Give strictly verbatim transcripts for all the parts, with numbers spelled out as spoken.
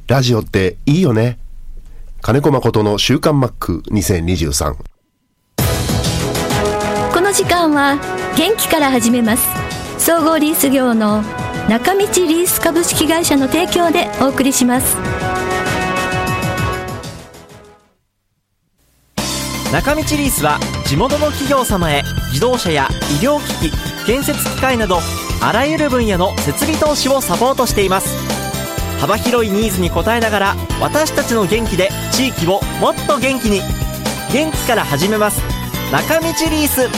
ラジオっていいよね。金子誠の週刊マックにせんにじゅうさん。 この時間は元気から始めます。総合リース業の中道リース株式会社の提供でお送りします。 中道リースは地元の企業様へ自動車や医療機器、建設機械などあらゆる分野の設備投資をサポートしています。幅広いニーズに応えながら私たちの元気で地域をもっと元気に。元気から始めます。中道リース。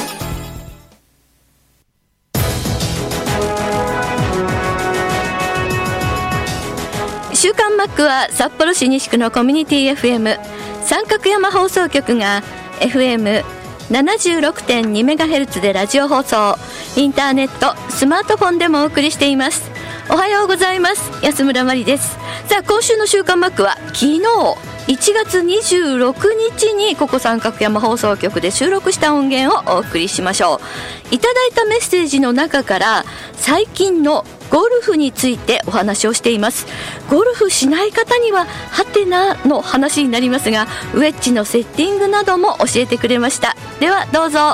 週刊マックは札幌市西区のコミュニティ エフエム 三角山放送局が エフエムななじゅうろくてんにメガヘルツ でラジオ放送、インターネット、スマートフォンでもお送りしています。おはようございます。安村麻里です。さあ、今週の週刊マックは昨日いちがつにじゅうろくにちにここ三角山放送局で収録した音源をお送りしましょう。いただいたメッセージの中から最近のゴルフについてお話をしています。ゴルフしない方にはハテナの話になりますが、ウェッジのセッティングなども教えてくれました。ではどうぞ。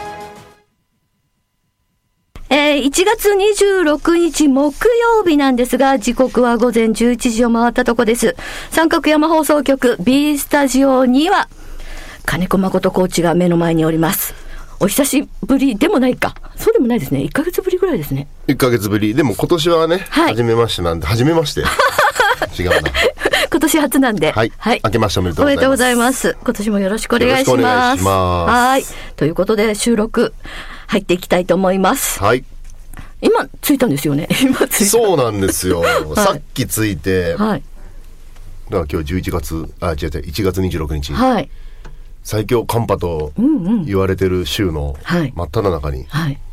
えー、いちがつにじゅうろくにち木曜日なんですが、時刻は午前じゅういちじを回ったとこです。三角山放送局 B スタジオには金子誠コーチが目の前におります。お久しぶりでもないか。そうでもないですね。いっかげつぶりぐらいですね。 いっかげつぶり。でも今年はね、はい、初めましてなんで、初めまして違うな今年初なんで、 はい、はい、明けましておめでとうございます。 おめでとうございます。今年もよろしくお願いします。よろしくお願いします。はい、ということで収録入っていきたいと思います。 はい。 今着いたんですよね。今着いた。 そうなんですよ、はい、さっき着いて、 はい、 だから今日じゅういちがつ、あ、違う違う、いちがつにじゅうろくにち、 はい、 最強寒波と言われてる週の真っ只中に、 はいはい、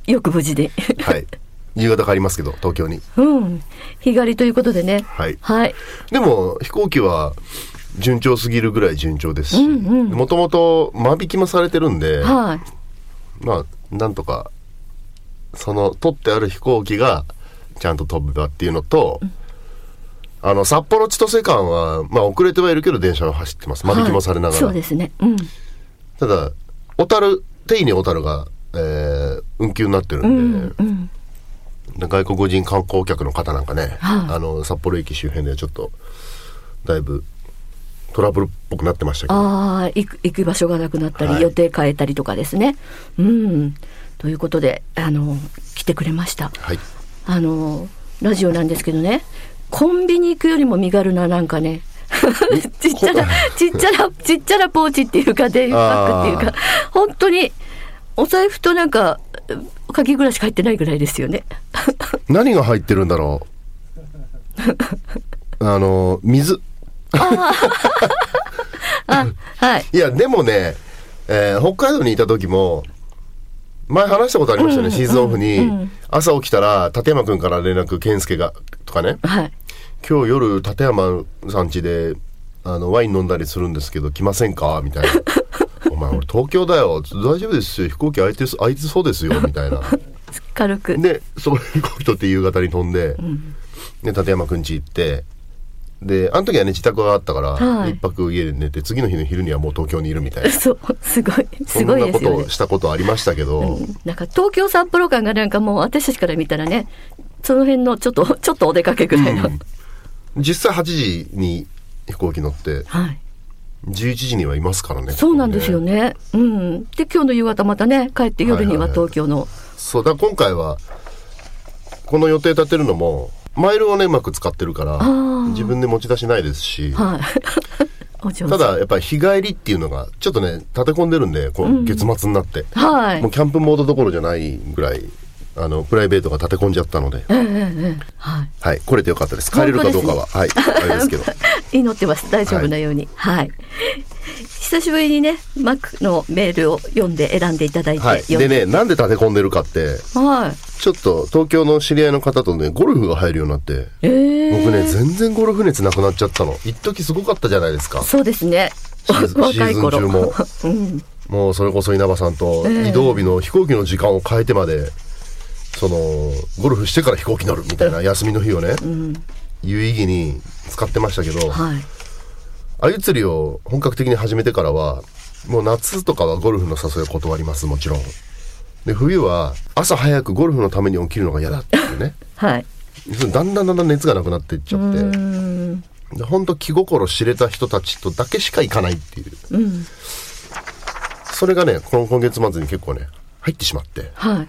よく無事ではい、夕方帰りますけど東京に、 うん、日帰りということでね、 はいはい、でも飛行機は順調すぎるぐらい順調ですし、もともと間引きもされてるんで、はい、まあなんとかその取ってある飛行機がちゃんと飛べばっていうのと、うん、あの札幌千歳間は、まあ、遅れてはいるけど電車は走ってます。間引きもされながら、はい、 そうですね、うん、 ただ小樽、手稲小樽が、えー、運休になってるんで、うんうん、外国人観光客の方なんかね、はい、あの札幌駅周辺ではちょっとだいぶトラブルっぽくなってましたけど、 あ行く、行く場所がなくなったり、はい、予定変えたりとかですね、うん、ということであの来てくれました、はい、あのラジオなんですけどね、コンビニ行くよりも身軽ななんかねちっちゃなちっちゃなちっちゃなポーチっていうかデイパックっていうか、本当にお財布となんか鍵ぐらいしか入ってないぐらいですよね何が入ってるんだろうあの水ああはい。 いやでもね、えー、北海道にいた時も前話したことありましたね、うん、シーズンオフに、うん、朝起きたら立山くんから連絡、健介がとかね、はい、今日夜立山さん家であのワイン飲んだりするんですけど来ませんかみたいなお前俺東京だよ、大丈夫ですよ、飛行機空いて空いてそうですよみたいな軽くでその飛行機取って夕方に飛んで、うん、で立山くん家行って、であの時はね自宅があったから、はい、一泊家で寝て次の日の昼にはもう東京にいるみたいなそうすごいすごいですよね。 そんなことをしたことありましたけど、うん、 なんか東京札幌間がなんかもう私たちから見たらね、その辺のちょっとちょっとお出かけぐらいの、うん、実際はちじに飛行機乗って、はい、じゅういちじにはいますからね。 そうなんですよね、うん、で今日の夕方またね帰って夜には東京の、はいはいはい、 そうだから今回はこの予定立てるのもマイルをねうまく使ってるから自分で持ち出しないですし、はい、ただやっぱり日帰りっていうのがちょっとね立て込んでるんで、こう月末になって、うんはい、もうキャンプモードどころじゃないぐらいあのプライベートが立て込んじゃったので、うんうんうんはいはい、来れてよかったです。帰れるかどうかは、はい、あれですけど祈ってます、大丈夫なように、はいはい、久しぶりにねマックのメールを読んで選んでいただいて、はい、 でねなんで立て込んでるかって、はい、ちょっと東京の知り合いの方とねゴルフが入るようになって、えー、僕ね全然ゴルフ熱なくなっちゃったの。一時すごかったじゃないですか。 そうですね、 シーズン、シーズン中も、うん、もうそれこそ稲葉さんと移動日の飛行機の時間を変えてまで、そのゴルフしてから飛行機乗るみたいな休みの日をね、うん、有意義に使ってましたけど、 はい、 鮎釣りを本格的に始めてからはもう夏とかはゴルフの誘いを断ります。もちろんで、冬は朝早くゴルフのために起きるのが嫌だっていうねはい、 だんだんだんだん熱がなくなっていっちゃって、 うーん、 で本当気心知れた人たちとだけしか行かないっていう、 うん、 それがねこの今月末に結構ね入ってしまって、 はい、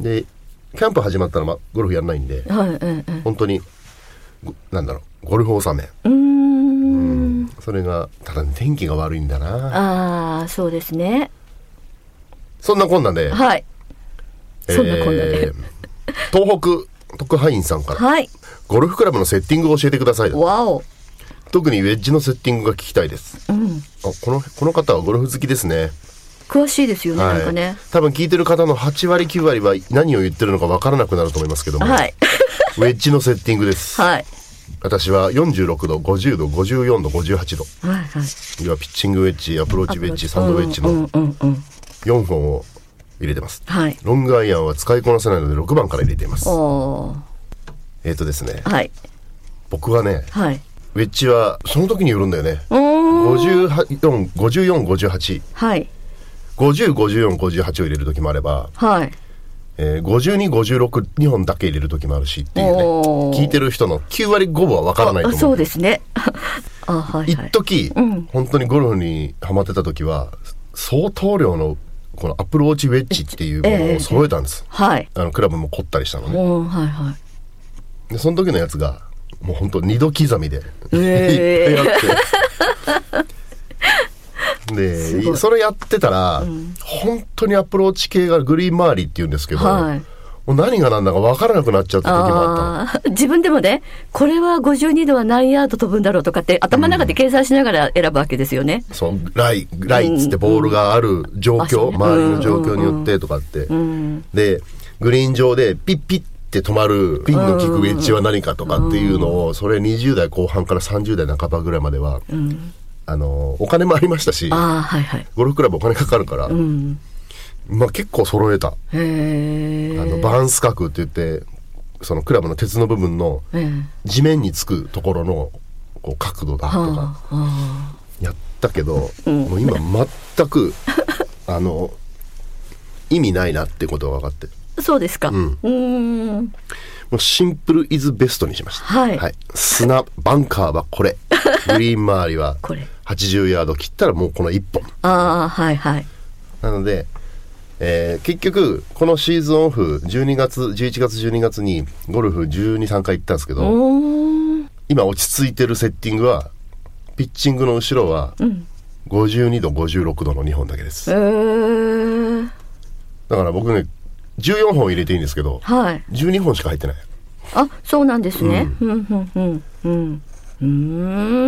でキャンプ始まったら、ま、ゴルフやんないんで、 はい、ええ、 本当になんだろうゴルフ納め、 うーん、うん、 それがただ、ね、天気が悪いんだな。 ああ、そうですね。 そんなこんなで、 はい、そんなこんなで、 えー、東北特派員さんから、 はい、 ゴルフクラブのセッティングを教えてください。 わお。 特にウェッジのセッティングが聞きたいです、うん、あこのこの方はゴルフ好きですね。 詳しいですよね、 はい、 なんかね。 多分聞いてる方のはちわりきゅうわりは何を言ってるのか分からなくなると思いますけども、 はい、 ウェッジのセッティングです、はい、私はよんじゅうろくど、ごじゅうど、ごじゅうよんど、ごじゅうはちど、はいはい、要はピッチングウェッジ、アプローチウェッジ、サンドウェッジのよんほんを入れてます、はい、ロングアイアンは使いこなせないのでろくばんから入れています。おえーとですね、はい、僕はね、はい、ウェッジはその時によるんだよね。ごじゅうよん、ごじゅうよん、ごじゅうはち、はい、ごじゅう、ごじゅうよん、ごじゅうはちを入れる時もあれば、はい、えー、ごじゅうに、ごじゅうろく、にほんだけ入れる時もあるしっていうね、聞いてる人のきゅうわりごぶは分からないと思う。 そうですねあ、はいはい、 一時、うん、本当にゴルフにハマってた時は相当量のこのアプローチウェッジっていうものを揃えたんです、えーえーはい、あのクラブも凝ったりしたのね、はいはい、でその時のやつがもう本当二度刻みで、えー、いっぱいあってでそれやってたら、うん、本当にアプローチ系がグリーン周りっていうんですけど、はい、もう何が何だか分からなくなっちゃった時もあったの。 自分でもね、これはごじゅうにどは何ヤード飛ぶんだろうとかって頭の中で計算しながら選ぶわけですよね、 うん、そうライライっつってボールがある状況、うん、周りの状況によってとかって、うん、でグリーン上でピッピッって止まるピンの効くウェッジは何かとかっていうのを、それにじゅうだいこう半からさんじゅうだいなかばぐらいまでは、うん、あのお金もありましたし、あ、はいはい、ゴルフクラブお金かかるから、うん、まあ、結構揃えた。へあのバーンス角って言ってそのクラブの鉄の部分の地面につくところのこう角度だとかやったけど、うん、もう今全くあの意味ないなってことが分かって。 そうですか、うん、うーん、 もうシンプルイズベストにしました、はいはい、砂バンカーはこれグリーン周りははちじゅうヤード切ったらもうこのいっぽん。あ、はいはい、なので、えー、結局このシーズンオフじゅうにがつじゅういちがつじゅうにがつにゴルフじゅうに、さんかい行ったんですけど、今落ち着いてるセッティングはピッチングの後ろはごじゅうにど、ごじゅうろくどのにほんだけです、えー、だから僕ねじゅうよんほん入れていいんですけど、はい、じゅうにほんしか入ってない。 あ、そうなんですね、うんうんうんうんうん、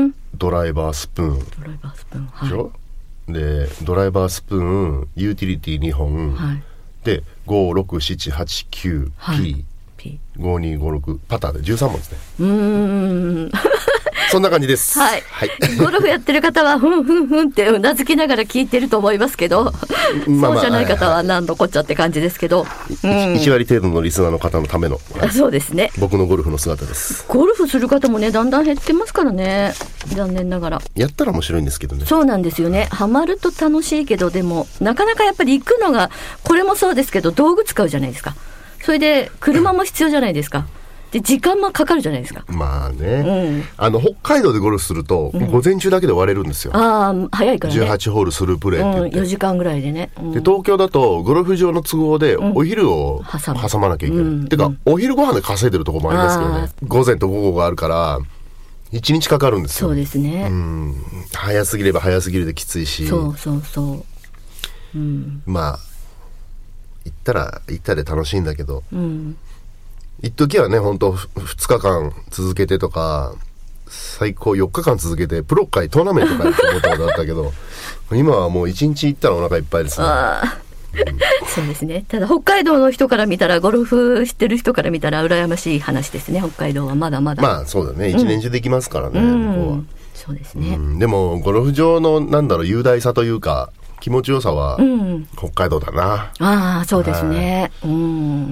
ドライバースプーン、ドライバースプーン、はい、でしょ。でドライバースプーンユーティリティにほん、はい、でご、ろく、しち、はち、きゅう、はい、P、ご、に、ご、ろくパターでじゅうさんぼんですね。うーんそんな感じです、はいはい、 ゴルフやってる方はふんふんふんってうなずきながら聞いてると思いますけど、まあまあ、そうじゃない方は何のこっちゃって感じですけど、 うん、いちわり程度のリスナーの方のための、 はい、そうですね、 僕のゴルフの姿です。 ゴルフする方もねだんだん減ってますからね、残念ながら。 やったら面白いんですけどね。 そうなんですよね、ハマると楽しいけど、でもなかなかやっぱり行くのが、これもそうですけど道具使うじゃないですか。それで車も必要じゃないですか。で時間もかかるじゃないですか。 まあね、うん、あの北海道でゴルフすると、うん、午前中だけで終われるんですよ。ああ、早いからね。じゅうはちホールスループレーって言って、うん、よじかんぐらいでね、うん、で東京だとゴルフ場の都合でお昼を挟まなきゃいけない、うん、てか、うん、お昼ご飯で稼いでるところもありますけどね。午前と午後があるからいちにちかかるんですよ。 そうですね、うん、 早すぎれば早すぎるできついし、 そうそうそう、うん、 まあ行ったら行ったで楽しいんだけど、うん、一時はね本当ふつかかん続けてとか最高よっかかん続けてプロ会トーナメントかやって思ったことあったけど今はもういちにち行ったらお腹いっぱいですね。あ、 うん、そうですね。ただ北海道の人から見たら、ゴルフ知ってる人から見たら羨ましい話ですね。北海道はまだまだ、 まあそうだね、一年中できますからね、うん、ここは、 うん、そうですね、うん、でもゴルフ場のなんだろう雄大さというか気持ちよさは北海道だな、 うん、ああそうですね、うん、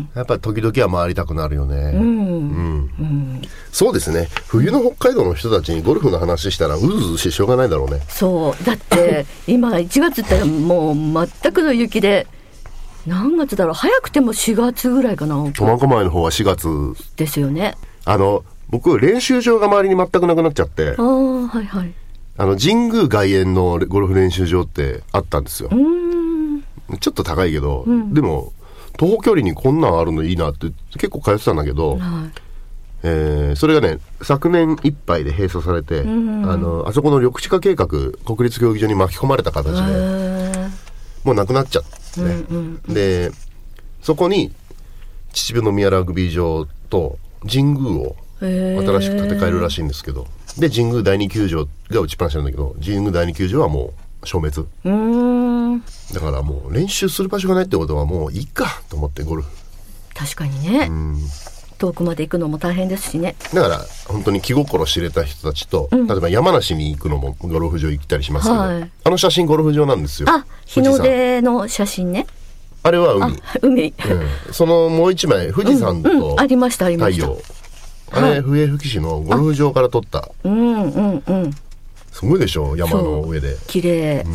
やっぱり時々は回りたくなるよね、うんうんうん、そうですね。冬の北海道の人たちにゴルフの話したらうずうずしてしょうがないだろうね。 そうだって今いちがつってもう全くの雪で何月だろう、早くてもしがつぐらいかな。 苫小牧の方はしがつですよね。 あの僕練習場が周りに全くなくなっちゃって、 あ、はいはい、 あの神宮外苑のゴルフ練習場ってあったんですよ。うーん、ちょっと高いけど、うん、でも徒歩距離にこんなんあるのいいなって結構通ってたんだけど、はい、えー、それがね昨年いっぱいで閉鎖されて、うん、あのあそこの緑地化計画国立競技場に巻き込まれた形でもうなくなっちゃって、ね、うんうん、でそこに秩父宮ラグビー場と神宮を新しく建て替えるらしいんですけど、で神宮第二球場が打ちっぱなしなんだけど、神宮第二球場はもう消滅。うーん、だからもう練習する場所がないってことはもういいかと思って、ゴルフ確かにね、うん、遠くまで行くのも大変ですしね。 だから本当に気心知れた人たちと、うん、例えば山梨に行くのもゴルフ場行ったりしますけど、はい、あの写真ゴルフ場なんですよ。 あ、日の出の写真ね。 あれは海、 海、 うん、そのもう一枚富士山と太陽、うんうん、ありましたありました。あれ、はい、笛吹市のゴルフ場から撮った。うんうんうん。すごいでしょ、山の上で。 綺麗、うん、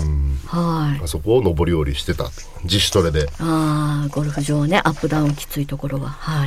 はい。 あそこを上り下りしてた、自主トレで。 ああ、ゴルフ場ね、アップダウンきついところは、はい。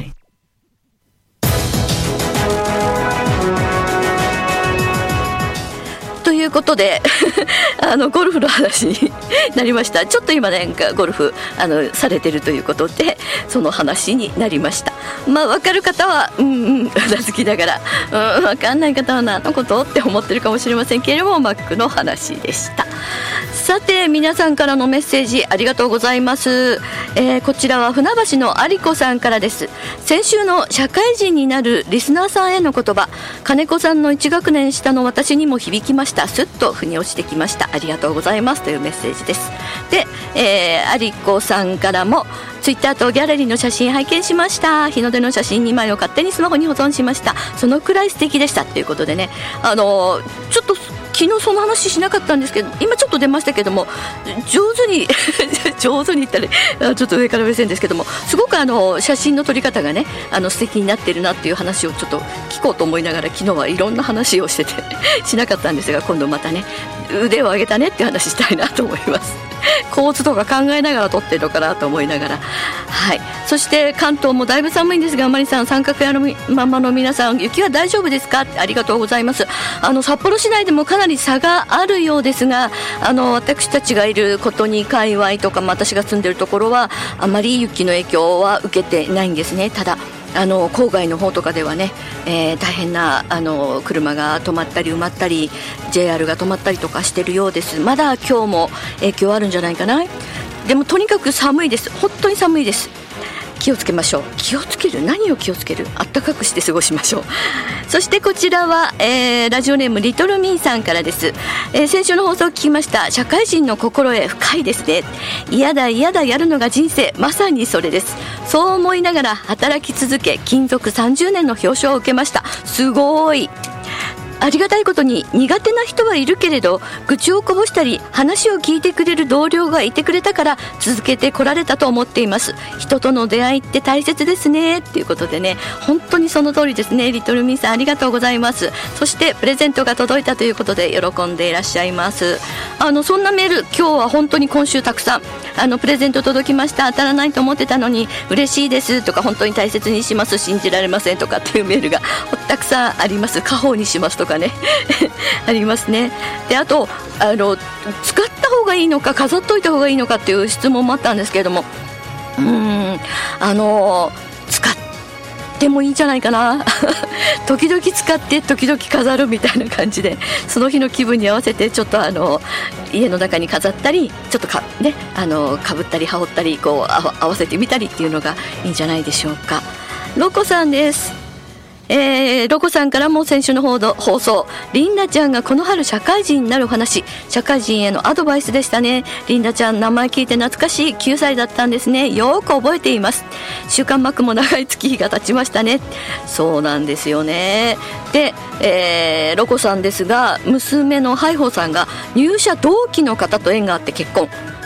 ということであのゴルフの話になりました。ちょっと今なんかゴルフあのされてるということでその話になりました。まあ分かる方はうんうんうなずきながら、うん、分かんない方は何のことって思ってるかもしれませんけれども、マックの話でした。さて皆さんからのメッセージありがとうございます、えー、こちらは船橋の有子さんからです。先週の社会人になるリスナーさんへの言葉、金子さんのいち学年下の私にも響きました。すっと腑に落ちてきました。ありがとうございますというメッセージです。で、えー、有子さんからもツイッターとギャラリーの写真拝見しました。日の出の写真にまいを勝手にスマホに保存しました。そのくらい素敵でしたということでね、あのー、ちょっと昨日その話しなかったんですけど、今ちょっと出ましたけども、上手に上手に言ったらちょっと上から目線ですけども、すごくあの写真の撮り方がね、あの素敵になってるなっていう話をちょっと聞こうと思いながら、昨日はいろんな話をしててしなかったんですが、今度またね腕を上げたねっていう話したいなと思います。構図とか考えながら撮ってるのかなと思いながら、はい。そして関東もだいぶ寒いんですが、マリさん、三角屋のままの皆さん、雪は大丈夫ですか？ありがとうございます。あの札幌市内でもかなり差があるようですが、あの私たちがいることに界隈とか、私が住んでるところはあまり雪の影響は受けてないんですね。ただあの郊外の方とかではね、えー、大変なあの車が止まったり埋まったり ジェイアール が止まったりとかしてるようです。まだ今日も影響あるんじゃないかな。でもとにかく寒いです。本当に寒いです。気をつけましょう。気をつける、何を気をつける、あったかくして過ごしましょう。そしてこちらは、えー、ラジオネームリトルミーさんからです、えー、先週の放送を聞きました。社会人の心得深いですね。嫌だ嫌だやるのが人生、まさにそれです。そう思いながら働き続け、勤続さんじゅうねんの表彰を受けました。すごい。ありがたいことに苦手な人はいるけれど、愚痴をこぼしたり話を聞いてくれる同僚がいてくれたから続けてこられたと思っています。人との出会いって大切ですねっていうことでね、本当にその通りですね。リトルミーさんありがとうございます。そしてプレゼントが届いたということで喜んでいらっしゃいます。あのそんなメール、今日は本当に今週たくさんあのプレゼント届きました。当たらないと思ってたのに嬉しいですとか、本当に大切にします、信じられませんとかっていうメールがたくさんあります。家宝にしますとかねありますね。であとあの使った方がいいのか飾っといた方がいいのかっていう質問もあったんですけれども、うーんあの使ってもいいんじゃないかな時々使って時々飾るみたいな感じで、その日の気分に合わせてちょっとあの家の中に飾ったり、ちょっとかねあのかぶったり羽織ったりこう合わせてみたりっていうのがいいんじゃないでしょうか。ロコさんです。えー、ロコさんからも先週の放送、リンダちゃんがこの春社会人になる話、社会人へのアドバイスでしたね。リンダちゃん名前聞いて懐かしい、きゅうさいだったんですね。よく覚えています。週刊マックも長い月日が経ちましたね。そうなんですよね。で、えー、ロコさんですが、娘のハイホーさんが入社同期の方と縁があって結婚。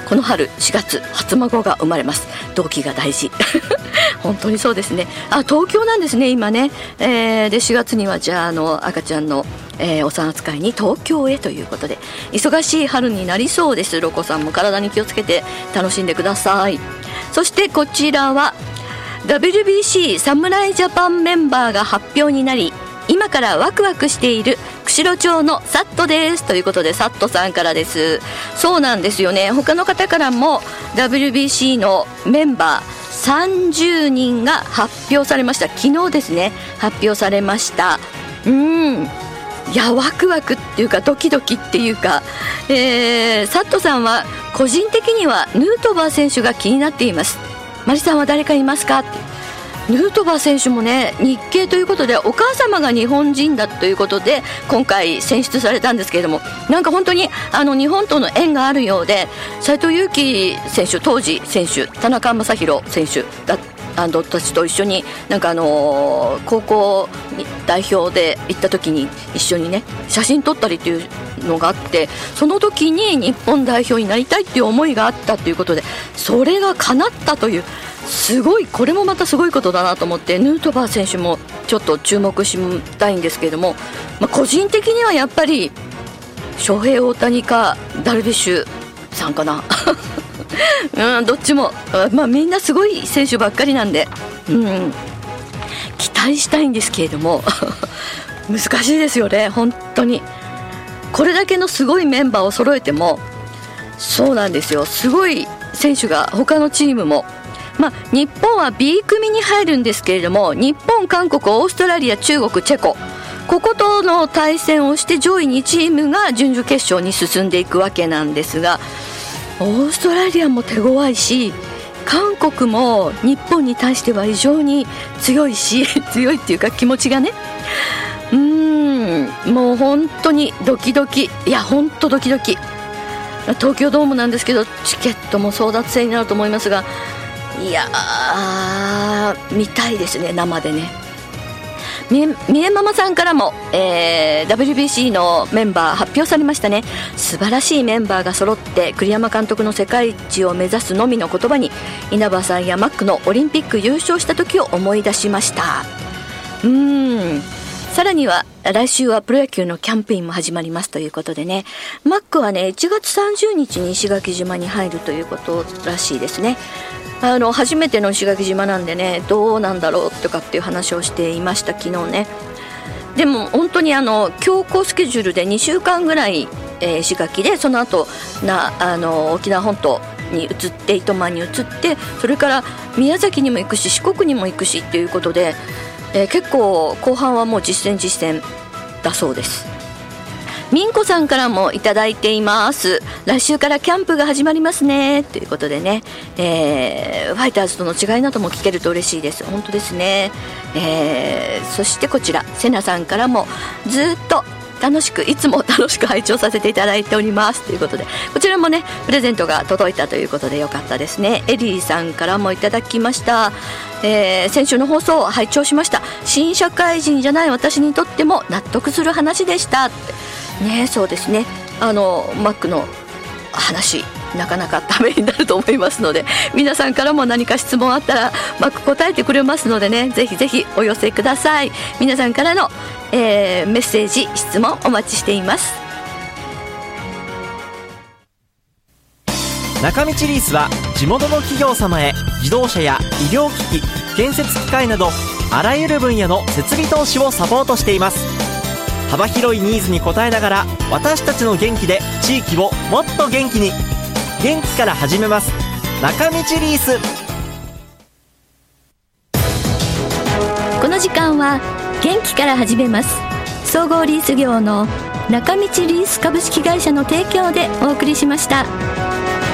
この春しがつ初孫が生まれます。同期が大事本当にそうですね。あ、東京なんですね今ね、えー、でしがつにはじゃあ、あの赤ちゃんの、えー、お産扱いに東京へということで忙しい春になりそうです。ロコさんも体に気をつけて楽しんでください。そしてこちらは ダブリュービーシー 侍ジャパンメンバーが発表になり、今からワクワクしている釧路町のサットですということで、サットさんからです。そうなんですよね。他の方からも ダブリュービーシー のメンバーさんじゅうにんが発表されました。昨日ですね、発表されました。うーん、いや、ワクワクっていうかドキドキっていうか、えー、サットさんは個人的にはヌートバー選手が気になっています。マリさんは誰かいますかって。ヌートバー選手もね、日系ということでお母様が日本人だということで今回選出されたんですけれども、なんか本当にあの日本との縁があるようで、斉藤佑樹選手、当時選手、田中将大選手だあのたちと一緒になんかあのー、高校代表で行った時に一緒にね写真撮ったりっていうのがあって、その時に日本代表になりたいっていう思いがあったということで、それが叶ったという、すごい、これもまたすごいことだなと思って、ヌートバー選手もちょっと注目したいんですけれども、まあ、個人的にはやっぱり翔平大谷かダルビッシュさんかなうん、どっちも、まあ、みんなすごい選手ばっかりなんで、うん、期待したいんですけれども難しいですよね本当に。これだけのすごいメンバーを揃えても、そうなんですよ、すごい選手が他のチームも、まあ、日本は ビー 組に入るんですけれども、日本、韓国、オーストラリア、中国、チェコ、こことの対戦をして上位にチームが準々決勝に進んでいくわけなんですが、オーストラリアも手強いし、韓国も日本に対しては非常に強いし強いっていうか気持ちがね、うーん、もう本当にドキドキ、いや本当ドキドキ。東京ドームなんですけどチケットも争奪戦になると思いますが、いやー見たいですね生でね。みえ、みえママさんからも、えー、ダブリュービーシー のメンバー発表されましたね。素晴らしいメンバーが揃って栗山監督の世界一を目指すのみの言葉に、稲葉さんやマックのオリンピック優勝した時を思い出しました。うーん、さらには来週はプロ野球のキャンプインも始まりますということでね、マックはねいちがつさんじゅうにちに石垣島に入るということらしいですね。あの初めての石垣島なんでね、どうなんだろうとかっていう話をしていました昨日ね。でも本当にあの強行スケジュールでにしゅうかんぐらい、えー、石垣で、その後なあの沖縄本島に移って糸満に移って、それから宮崎にも行くし四国にも行くしっていうことで、えー、結構後半はもう実践実践だそうです。みんこさんからもいただいています。来週からキャンプが始まりますねということでね、えー、ファイターズとの違いなども聞けると嬉しいです。本当ですね、えー、そしてこちらセナさんからもずっと楽しくいつも楽しく拝聴させていただいておりますということで、こちらもねプレゼントが届いたということでよかったですね。エリーさんからもいただきました。えー、先週の放送を拝聴しました。新社会人じゃない私にとっても納得する話でしたね。そうですね、あのマックの話なかなかためになると思いますので、皆さんからも何か質問あったらマック答えてくれますのでね、ぜひぜひお寄せください。皆さんからの、えー、メッセージ質問お待ちしています。 中道リースは地元の企業様へ自動車や医療機器、建設機械などあらゆる分野の設備投資をサポートしています。幅広いニーズに応えながら私たちの元気で地域をもっと元気に、元気から始めます。中道リース。 この時間は元気から始めます。総合リース業の中道リース株式会社の提供でお送りしました。